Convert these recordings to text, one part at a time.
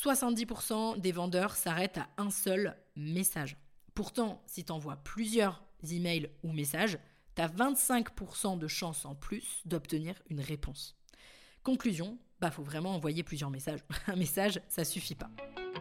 70% des vendeurs s'arrêtent à un seul message. Pourtant, si tu envoies plusieurs emails ou messages, tu as 25% de chances en plus d'obtenir une réponse. Conclusion, faut vraiment envoyer plusieurs messages. Un message, ça suffit pas.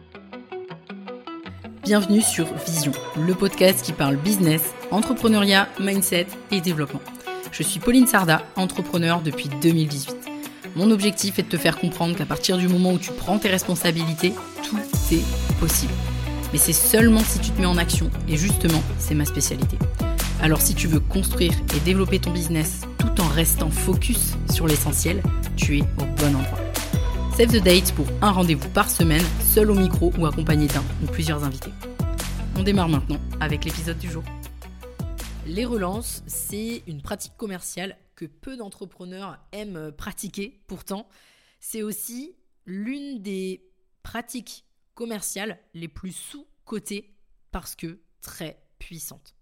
Bienvenue sur Vision, le podcast qui parle business, entrepreneuriat, mindset et développement. Je suis Pauline Sarda, entrepreneur depuis 2018. Mon objectif est de te faire comprendre qu'à partir du moment où tu prends tes responsabilités, tout est possible. Mais c'est seulement si tu te mets en action, et justement, c'est ma spécialité. Alors si tu veux construire et développer ton business tout en restant focus sur l'essentiel, tu es au bon endroit. Save the date pour un rendez-vous par semaine, seul au micro ou accompagné d'un ou plusieurs invités. On démarre maintenant avec l'épisode du jour. Les relances, c'est une pratique commerciale que peu d'entrepreneurs aiment pratiquer. Pourtant, c'est aussi l'une des pratiques commerciales les plus sous-cotées parce que très puissante.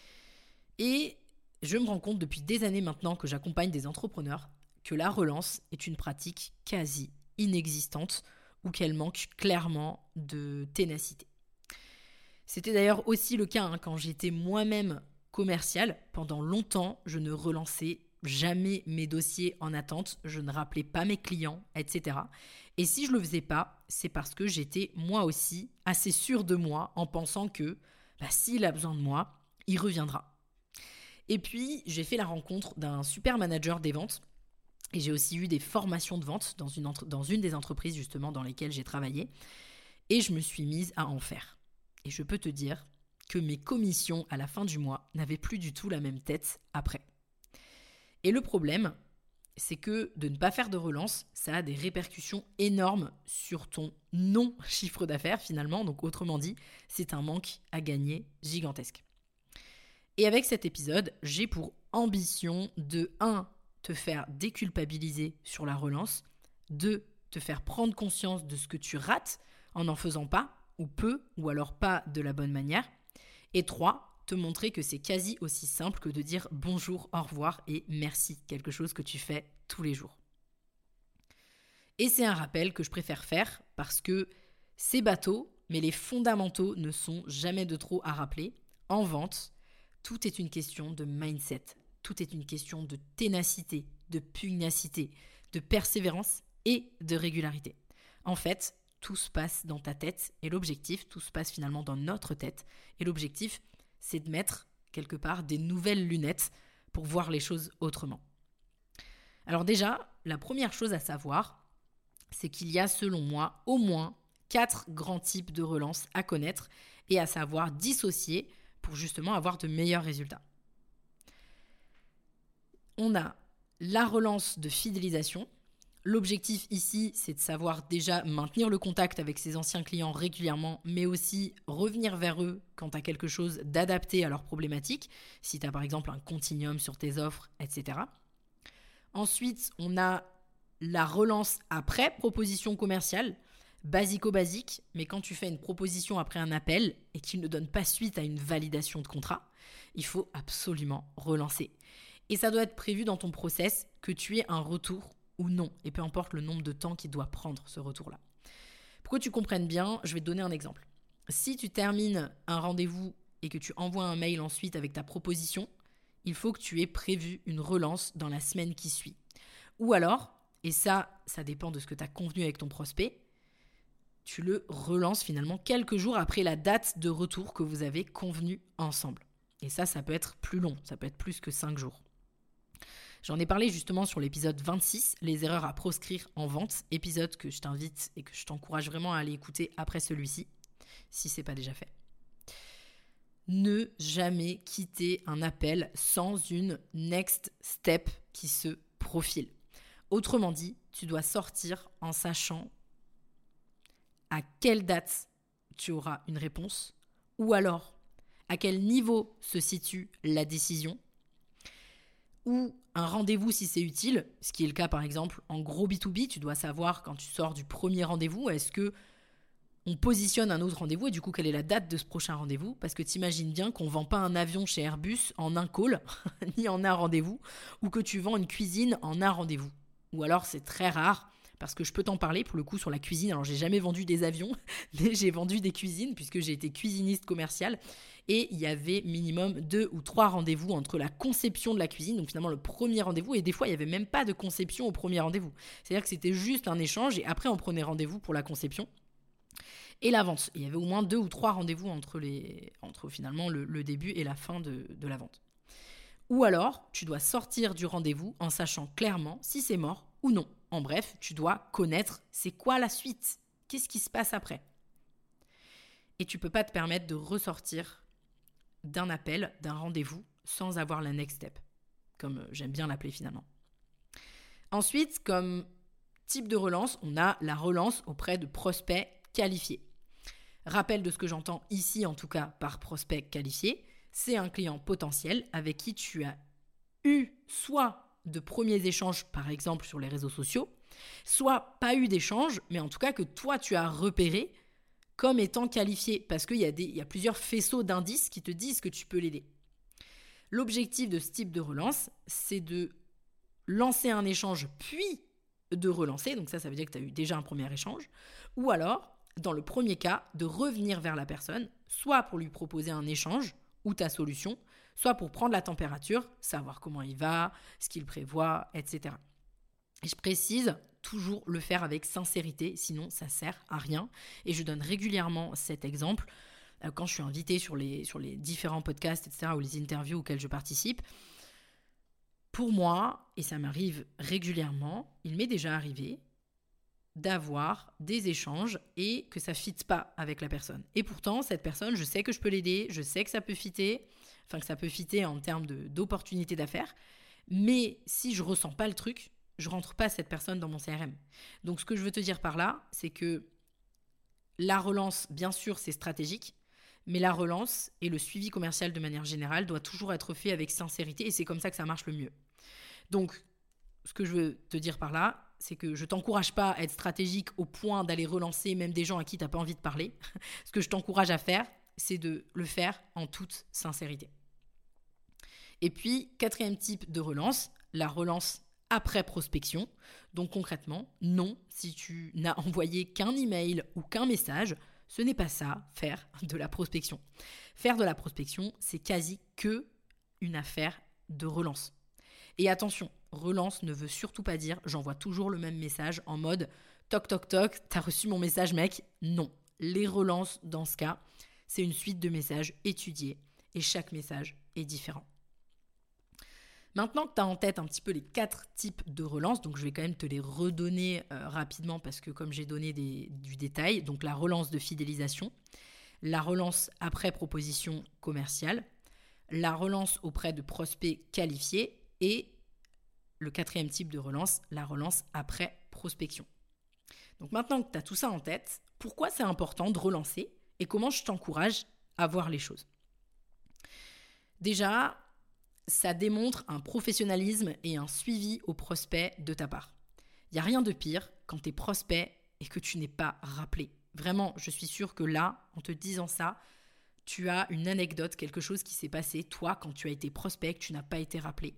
Et je me rends compte depuis des années maintenant que j'accompagne des entrepreneurs que la relance est une pratique quasi inexistante ou qu'elle manque clairement de ténacité. C'était d'ailleurs aussi le cas quand j'étais moi-même commercial. Pendant longtemps, je ne relançais jamais mes dossiers en attente, je ne rappelais pas mes clients, etc. Et si je ne le faisais pas, c'est parce que j'étais moi aussi assez sûr de moi en pensant que s'il a besoin de moi, il reviendra. Et puis, j'ai fait la rencontre d'un super manager des ventes et j'ai aussi eu des formations de vente dans une des entreprises justement dans lesquelles j'ai travaillé et je me suis mise à en faire. Et je peux te dire que mes commissions à la fin du mois n'avaient plus du tout la même tête après. Et le problème, c'est que de ne pas faire de relance, ça a des répercussions énormes sur ton non-chiffre d'affaires finalement. Donc autrement dit, c'est un manque à gagner gigantesque. Et avec cet épisode, j'ai pour ambition de 1. Te faire déculpabiliser sur la relance, 2. Te faire prendre conscience de ce que tu rates en n'en faisant pas, ou peu, ou alors pas de la bonne manière, et 3. Te montrer que c'est quasi aussi simple que de dire bonjour, au revoir et merci, quelque chose que tu fais tous les jours. Et c'est un rappel que je préfère faire parce que c'est bateau, mais les fondamentaux ne sont jamais de trop à rappeler. En vente, tout est une question de mindset, tout est une question de ténacité, de pugnacité, de persévérance et de régularité. En fait, tout se passe dans ta tête et l'objectif, tout se passe finalement dans notre tête et l'objectif, c'est de mettre quelque part des nouvelles lunettes pour voir les choses autrement. Alors déjà, la première chose à savoir, c'est qu'il y a selon moi au moins 4 grands types de relances à connaître et à savoir dissocier pour justement avoir de meilleurs résultats. On a la relance de fidélisation. L'objectif ici, c'est de savoir déjà maintenir le contact avec ses anciens clients régulièrement, mais aussi revenir vers eux quand tu as quelque chose d'adapté à leurs problématiques, si tu as par exemple un continuum sur tes offres, etc. Ensuite, on a la relance après proposition commerciale, basico-basique, mais quand tu fais une proposition après un appel et qu'il ne donne pas suite à une validation de contrat, il faut absolument relancer. Et ça doit être prévu dans ton process que tu aies un retour ou non, et peu importe le nombre de temps qu'il doit prendre ce retour-là. Pour que tu comprennes bien, je vais te donner un exemple. Si tu termines un rendez-vous et que tu envoies un mail ensuite avec ta proposition, il faut que tu aies prévu une relance dans la semaine qui suit. Ou alors, et ça dépend de ce que tu as convenu avec ton prospect, tu le relances finalement quelques jours après la date de retour que vous avez convenu ensemble. Et ça peut être plus long, ça peut être plus que 5 jours. J'en ai parlé justement sur l'épisode 26, les erreurs à proscrire en vente, épisode que je t'invite et que je t'encourage vraiment à aller écouter après celui-ci, si ce n'est pas déjà fait. Ne jamais quitter un appel sans une next step qui se profile. Autrement dit, tu dois sortir en sachant à quelle date tu auras une réponse ou alors à quel niveau se situe la décision ou un rendez-vous si c'est utile, ce qui est le cas par exemple en gros B2B, tu dois savoir quand tu sors du premier rendez-vous, est-ce que on positionne un autre rendez-vous et du coup quelle est la date de ce prochain rendez-vous, parce que t'imagines bien qu'on ne vend pas un avion chez Airbus en un call, ni en un rendez-vous, ou que tu vends une cuisine en un rendez-vous. Ou alors c'est très rare, parce que je peux t'en parler pour le coup sur la cuisine. Alors j'ai jamais vendu des avions, mais j'ai vendu des cuisines puisque j'ai été cuisiniste commerciale et il y avait minimum 2 ou 3 rendez-vous entre la conception de la cuisine, donc finalement le premier rendez-vous, et des fois il n'y avait même pas de conception au premier rendez-vous. C'est-à-dire que c'était juste un échange et après on prenait rendez-vous pour la conception. Et la vente. Il y avait au moins 2 ou 3 rendez-vous entre finalement le début et la fin de la vente. Ou alors, tu dois sortir du rendez-vous en sachant clairement si c'est mort ou non. En bref, tu dois connaître c'est quoi la suite. Qu'est-ce qui se passe après ? Et tu ne peux pas te permettre de ressortir d'un appel, d'un rendez-vous, sans avoir la next step, comme j'aime bien l'appeler finalement. Ensuite, comme type de relance, on a la relance auprès de prospects qualifiés. Rappel de ce que j'entends ici, en tout cas par prospect qualifié, c'est un client potentiel avec qui tu as eu soit de premiers échanges, par exemple sur les réseaux sociaux, soit pas eu d'échanges, mais en tout cas que toi tu as repéré comme étant qualifié, parce qu'il y a plusieurs faisceaux d'indices qui te disent que tu peux l'aider. L'objectif de ce type de relance, c'est de lancer un échange puis de relancer, donc ça veut dire que tu as eu déjà un premier échange, ou alors, dans le premier cas, de revenir vers la personne, soit pour lui proposer un échange ou ta solution, soit pour prendre la température, savoir comment il va, ce qu'il prévoit, etc. Et je précise, toujours le faire avec sincérité, sinon ça sert à rien. Et je donne régulièrement cet exemple quand je suis invitée sur les différents podcasts, etc., ou les interviews auxquelles je participe. Pour moi, et ça m'arrive régulièrement, il m'est déjà arrivé d'avoir des échanges et que ça ne fitte pas avec la personne. Et pourtant, cette personne, je sais que je peux l'aider, je sais que ça peut fitter, en termes d'opportunités d'affaires, mais si je ne ressens pas le truc, je ne rentre pas cette personne dans mon CRM. Donc ce que je veux te dire par là, c'est que la relance, bien sûr, c'est stratégique, mais la relance et le suivi commercial de manière générale doit toujours être fait avec sincérité et c'est comme ça que ça marche le mieux. Donc, ce que je veux te dire par là, c'est que je ne t'encourage pas à être stratégique au point d'aller relancer même des gens à qui tu n'as pas envie de parler. Ce que je t'encourage à faire, c'est de le faire en toute sincérité. Et puis, 4e type de relance, la relance après prospection. Donc concrètement, non, si tu n'as envoyé qu'un email ou qu'un message, ce n'est pas ça, faire de la prospection. Faire de la prospection, c'est quasi que une affaire de relance. Et attention, relance ne veut surtout pas dire j'envoie toujours le même message en mode toc toc toc, t'as reçu mon message mec. Non, les relances dans ce cas, c'est une suite de messages étudiés et chaque message est différent. Maintenant que tu as en tête un petit peu les 4 types de relance, donc je vais quand même te les redonner rapidement parce que comme j'ai donné du détail, donc la relance de fidélisation, la relance après proposition commerciale, la relance auprès de prospects qualifiés et le 4e type de relance, la relance après prospection. Donc maintenant que tu as tout ça en tête, pourquoi c'est important de relancer et comment je t'encourage à voir les choses ? Déjà, ça démontre un professionnalisme et un suivi au prospect de ta part. Il n'y a rien de pire quand tu es prospect et que tu n'es pas rappelé. Vraiment, je suis sûre que là, en te disant ça, tu as une anecdote, quelque chose qui s'est passé, toi, quand tu as été prospect, que tu n'as pas été rappelé.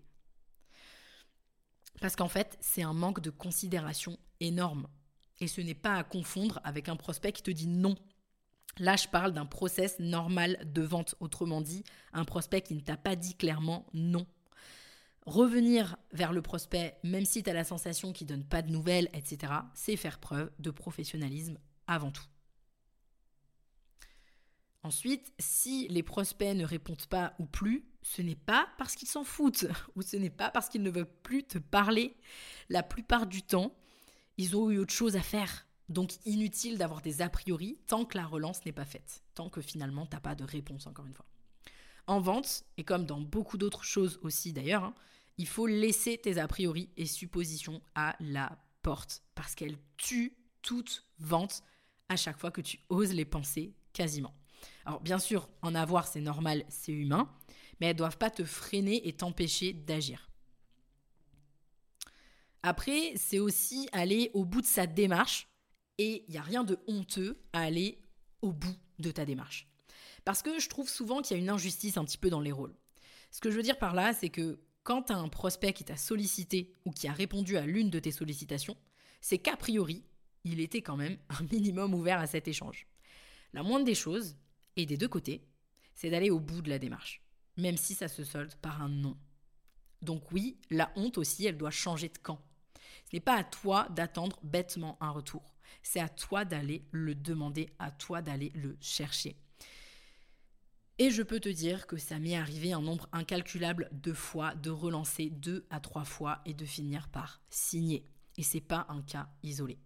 Parce qu'en fait, c'est un manque de considération énorme. Et ce n'est pas à confondre avec un prospect qui te dit non. Là, je parle d'un process normal de vente. Autrement dit, un prospect qui ne t'a pas dit clairement non. Revenir vers le prospect, même si tu as la sensation qu'il ne donne pas de nouvelles, etc., c'est faire preuve de professionnalisme avant tout. Ensuite, si les prospects ne répondent pas ou plus, ce n'est pas parce qu'ils s'en foutent ou ce n'est pas parce qu'ils ne veulent plus te parler. La plupart du temps, ils ont eu autre chose à faire. Donc inutile d'avoir des a priori tant que la relance n'est pas faite, tant que finalement tu n'as pas de réponse encore une fois. En vente, et comme dans beaucoup d'autres choses aussi d'ailleurs, il faut laisser tes a priori et suppositions à la porte parce qu'elles tuent toute vente à chaque fois que tu oses les penser quasiment. Alors bien sûr, en avoir c'est normal, c'est humain, mais elles ne doivent pas te freiner et t'empêcher d'agir. Après, c'est aussi aller au bout de sa démarche. Et il n'y a rien de honteux à aller au bout de ta démarche. Parce que je trouve souvent qu'il y a une injustice un petit peu dans les rôles. Ce que je veux dire par là, c'est que quand tu as un prospect qui t'a sollicité ou qui a répondu à l'une de tes sollicitations, c'est qu'a priori, il était quand même un minimum ouvert à cet échange. La moindre des choses, et des deux côtés, c'est d'aller au bout de la démarche, même si ça se solde par un non. Donc oui, la honte aussi, elle doit changer de camp. Ce n'est pas à toi d'attendre bêtement un retour. C'est à toi d'aller le demander, à toi d'aller le chercher. Et je peux te dire que ça m'est arrivé un nombre incalculable de fois de relancer 2 à 3 fois et de finir par signer. Et c'est pas un cas isolé.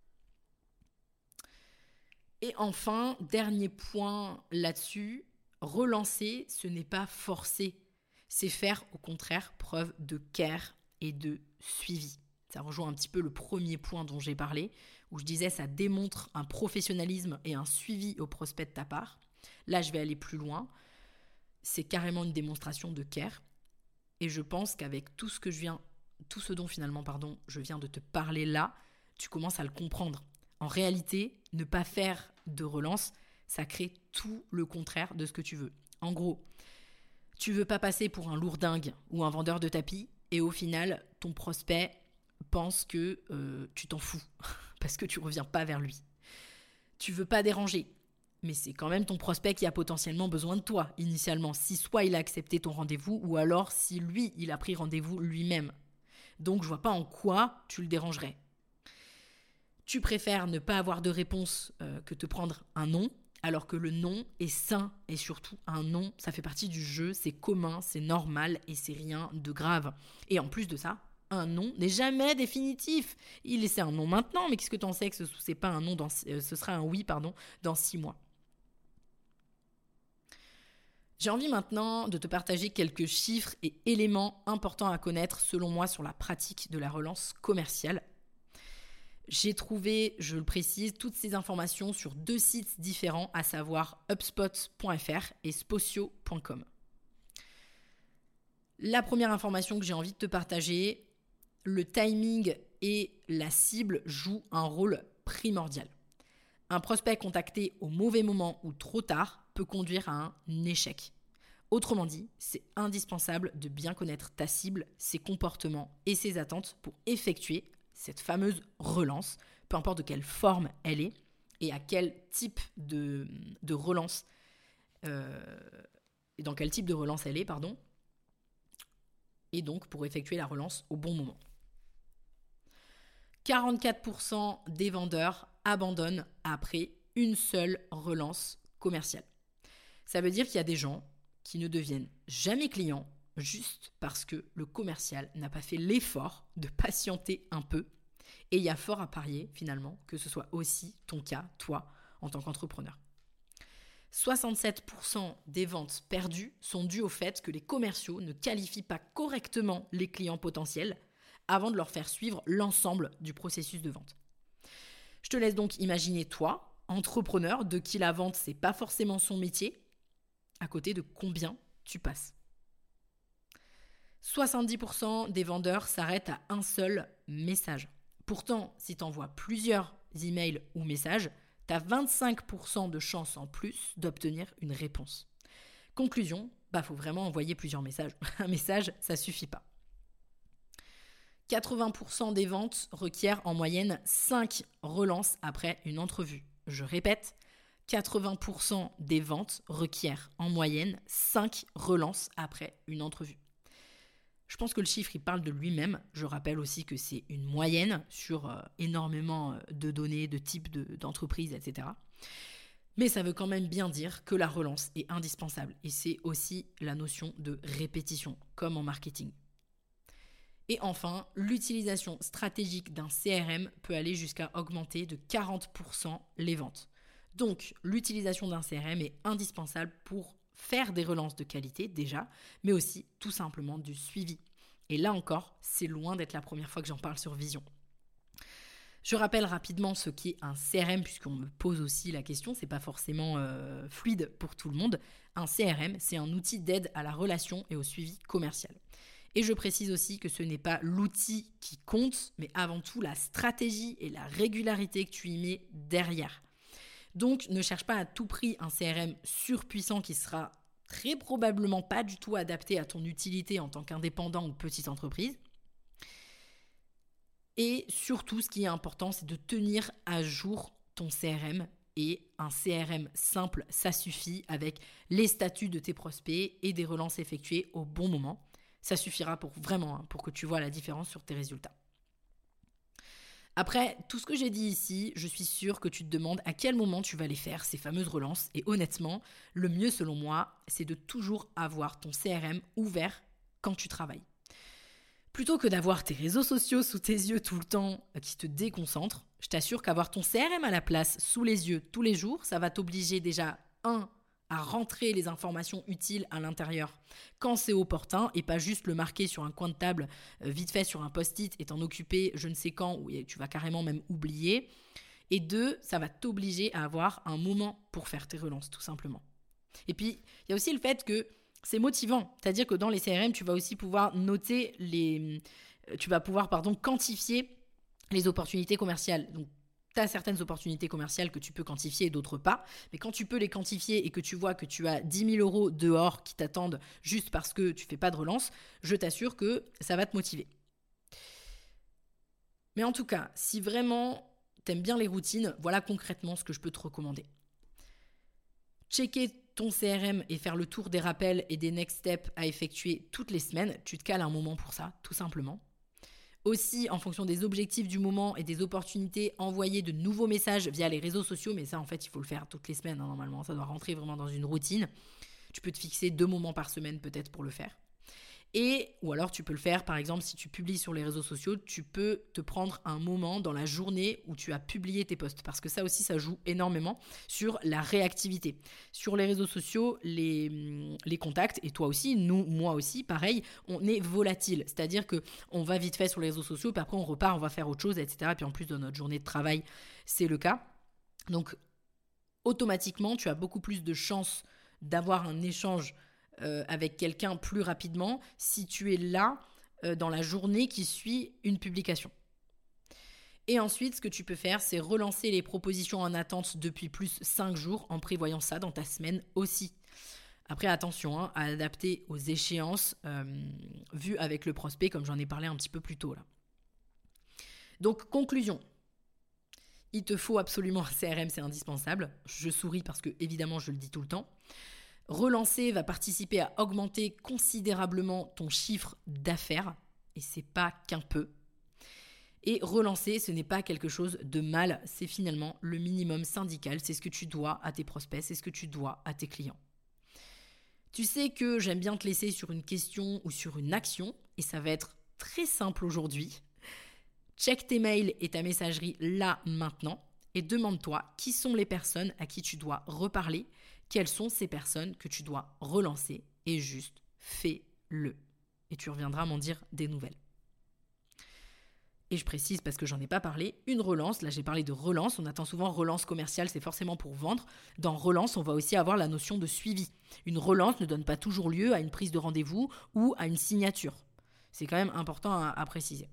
Et enfin, dernier point là-dessus, relancer, ce n'est pas forcer. C'est faire au contraire preuve de care et de suivi. Ça rejoint un petit peu le premier point dont j'ai parlé, où je disais ça démontre un professionnalisme et un suivi au prospect de ta part. Là, je vais aller plus loin. C'est carrément une démonstration de care. Et je pense qu'avec tout ce dont finalement je viens de te parler là, tu commences à le comprendre. En réalité, ne pas faire de relance, ça crée tout le contraire de ce que tu veux. En gros, tu veux pas passer pour un lourdingue ou un vendeur de tapis et au final, ton prospect pense que tu t'en fous parce que tu reviens pas vers lui. Tu veux pas déranger, mais c'est quand même ton prospect qui a potentiellement besoin de toi initialement, si soit il a accepté ton rendez-vous ou alors si lui, il a pris rendez-vous lui-même. Donc je vois pas en quoi tu le dérangerais. Tu préfères ne pas avoir de réponse que te prendre un non, alors que le non est sain et surtout un non, ça fait partie du jeu, c'est commun, c'est normal et c'est rien de grave. Et en plus de ça, un non n'est jamais définitif. Il c'est un non maintenant, mais qu'est-ce que t'en sais que c'est pas un non ce sera un oui dans 6 mois. J'ai envie maintenant de te partager quelques chiffres et éléments importants à connaître selon moi sur la pratique de la relance commerciale. J'ai trouvé, je le précise, toutes ces informations sur 2 sites différents, à savoir upspot.fr et spocio.com. La première information que j'ai envie de te partager, le timing et la cible jouent un rôle primordial. Un prospect contacté au mauvais moment ou trop tard peut conduire à un échec. Autrement dit, c'est indispensable de bien connaître ta cible, ses comportements et ses attentes pour effectuer cette fameuse relance, peu importe de quelle forme elle est et à quel type de relance, dans quel type de relance elle est, et donc pour effectuer la relance au bon moment. 44% des vendeurs abandonnent après une seule relance commerciale. Ça veut dire qu'il y a des gens qui ne deviennent jamais clients juste parce que le commercial n'a pas fait l'effort de patienter un peu. Et il y a fort à parier, finalement, que ce soit aussi ton cas, toi, en tant qu'entrepreneur. 67% des ventes perdues sont dues au fait que les commerciaux ne qualifient pas correctement les clients potentiels avant de leur faire suivre l'ensemble du processus de vente. Je te laisse donc imaginer toi, entrepreneur, de qui la vente, c'est pas forcément son métier, à côté de combien tu passes. 70% des vendeurs s'arrêtent à un seul message. Pourtant, si tu envoies plusieurs emails ou messages, tu as 25% de chances en plus d'obtenir une réponse. Conclusion, faut vraiment envoyer plusieurs messages. Un message, ça suffit pas. 80% des ventes requièrent en moyenne 5 relances après une entrevue. Je répète, 80% des ventes requièrent en moyenne 5 relances après une entrevue. Je pense que le chiffre, il parle de lui-même. Je rappelle aussi que c'est une moyenne sur énormément de données, de types d'entreprises, etc. Mais ça veut quand même bien dire que la relance est indispensable. Et c'est aussi la notion de répétition, comme en marketing. Et enfin, l'utilisation stratégique d'un CRM peut aller jusqu'à augmenter de 40% les ventes. Donc, l'utilisation d'un CRM est indispensable pour faire des relances de qualité déjà, mais aussi tout simplement du suivi. Et là encore, c'est loin d'être la première fois que j'en parle sur Vision. Je rappelle rapidement ce qu'est un CRM, puisqu'on me pose aussi la question, c'est pas forcément fluide pour tout le monde. Un CRM, c'est un outil d'aide à la relation et au suivi commercial. Et je précise aussi que ce n'est pas l'outil qui compte, mais avant tout la stratégie et la régularité que tu y mets derrière. Donc, ne cherche pas à tout prix un CRM surpuissant qui sera très probablement pas du tout adapté à ton utilité en tant qu'indépendant ou petite entreprise. Et surtout, ce qui est important, c'est de tenir à jour ton CRM. Et un CRM simple, ça suffit avec les statuts de tes prospects et des relances effectuées au bon moment. Ça suffira pour que tu vois la différence sur tes résultats. Après, tout ce que j'ai dit ici, je suis sûre que tu te demandes à quel moment tu vas les faire, ces fameuses relances. Et honnêtement, le mieux selon moi, c'est de toujours avoir ton CRM ouvert quand tu travailles. Plutôt que d'avoir tes réseaux sociaux sous tes yeux tout le temps qui te déconcentrent, je t'assure qu'avoir ton CRM à la place sous les yeux tous les jours, ça va t'obliger déjà, à rentrer les informations utiles à l'intérieur quand c'est opportun et pas juste le marquer sur un coin de table, vite fait sur un post-it et t'en occuper je ne sais quand ou tu vas carrément même oublier. Et 2, ça va t'obliger à avoir un moment pour faire tes relances tout simplement. Et puis, il y a aussi le fait que c'est motivant, c'est-à-dire que dans les CRM, tu vas aussi pouvoir quantifier les opportunités commerciales. Donc, tu as certaines opportunités commerciales que tu peux quantifier et d'autres pas. Mais quand tu peux les quantifier et que tu vois que tu as 10 000 € dehors qui t'attendent juste parce que tu ne fais pas de relance, je t'assure que ça va te motiver. Mais en tout cas, si vraiment tu aimes bien les routines, voilà concrètement ce que je peux te recommander. Checker ton CRM et faire le tour des rappels et des next steps à effectuer toutes les semaines, tu te cales un moment pour ça, tout simplement. Aussi, en fonction des objectifs du moment et des opportunités, envoyer de nouveaux messages via les réseaux sociaux. Mais ça, en fait, il faut le faire toutes les semaines, normalement. Ça doit rentrer vraiment dans une routine. Tu peux te fixer 2 moments par semaine peut-être pour le faire. Ou alors tu peux le faire, par exemple, si tu publies sur les réseaux sociaux, tu peux te prendre un moment dans la journée où tu as publié tes posts. Parce que ça aussi, ça joue énormément sur la réactivité. Sur les réseaux sociaux, les contacts, et toi aussi, moi aussi, pareil, on est volatile. C'est-à-dire qu'on va vite fait sur les réseaux sociaux, puis après on repart, on va faire autre chose, etc. Et puis en plus, dans notre journée de travail, c'est le cas. Donc, automatiquement, tu as beaucoup plus de chances d'avoir un échange avec quelqu'un plus rapidement si tu es là dans la journée qui suit une publication. Et ensuite, ce que tu peux faire, c'est relancer les propositions en attente depuis plus 5 jours en prévoyant ça dans ta semaine aussi. Après, attention à adapter aux échéances vues avec le prospect, comme j'en ai parlé un petit peu plus tôt là. Donc, conclusion. Il te faut absolument un CRM, c'est indispensable. Je souris parce que, évidemment, je le dis tout le temps. Relancer va participer à augmenter considérablement ton chiffre d'affaires, et c'est pas qu'un peu. Et relancer, ce n'est pas quelque chose de mal, c'est finalement le minimum syndical, c'est ce que tu dois à tes prospects, c'est ce que tu dois à tes clients. Tu sais que j'aime bien te laisser sur une question ou sur une action, et ça va être très simple aujourd'hui. Check tes mails et ta messagerie là, maintenant, et demande-toi qui sont les personnes à qui tu dois reparler. Quelles sont ces personnes que tu dois relancer et juste fais-le. Et tu reviendras m'en dire des nouvelles. Et je précise parce que j'en ai pas parlé, une relance, là j'ai parlé de relance, on attend souvent relance commerciale, c'est forcément pour vendre. Dans relance, on va aussi avoir la notion de suivi. Une relance ne donne pas toujours lieu à une prise de rendez-vous ou à une signature. C'est quand même important à préciser.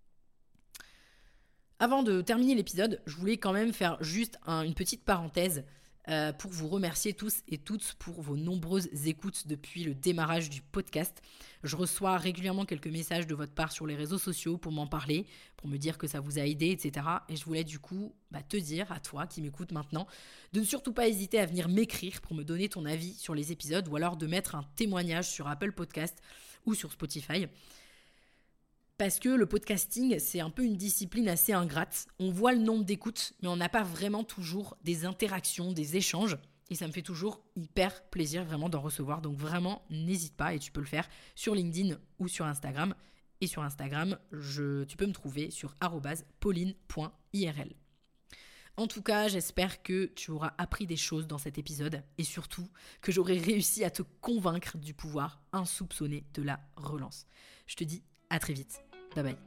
Avant de terminer l'épisode, je voulais quand même faire juste une petite parenthèse pour vous remercier tous et toutes pour vos nombreuses écoutes depuis le démarrage du podcast. Je reçois régulièrement quelques messages de votre part sur les réseaux sociaux pour m'en parler, pour me dire que ça vous a aidé, etc. Et je voulais du coup te dire, à toi qui m'écoutes maintenant, de ne surtout pas hésiter à venir m'écrire pour me donner ton avis sur les épisodes ou alors de mettre un témoignage sur Apple Podcast ou sur Spotify. Parce que le podcasting, c'est un peu une discipline assez ingrate. On voit le nombre d'écoutes, mais on n'a pas vraiment toujours des interactions, des échanges. Et ça me fait toujours hyper plaisir vraiment d'en recevoir. Donc vraiment, n'hésite pas et tu peux le faire sur LinkedIn ou sur Instagram. Et sur Instagram, tu peux me trouver sur @pauline.irl. En tout cas, j'espère que tu auras appris des choses dans cet épisode et surtout que j'aurai réussi à te convaincre du pouvoir insoupçonné de la relance. Je te dis à très vite. Bye bye.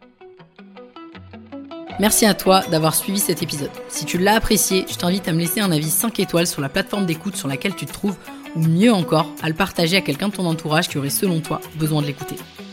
Merci à toi d'avoir suivi cet épisode. Si tu l'as apprécié, je t'invite à me laisser un avis 5 étoiles sur la plateforme d'écoute sur laquelle tu te trouves ou mieux encore, à le partager à quelqu'un de ton entourage qui aurait selon toi besoin de l'écouter.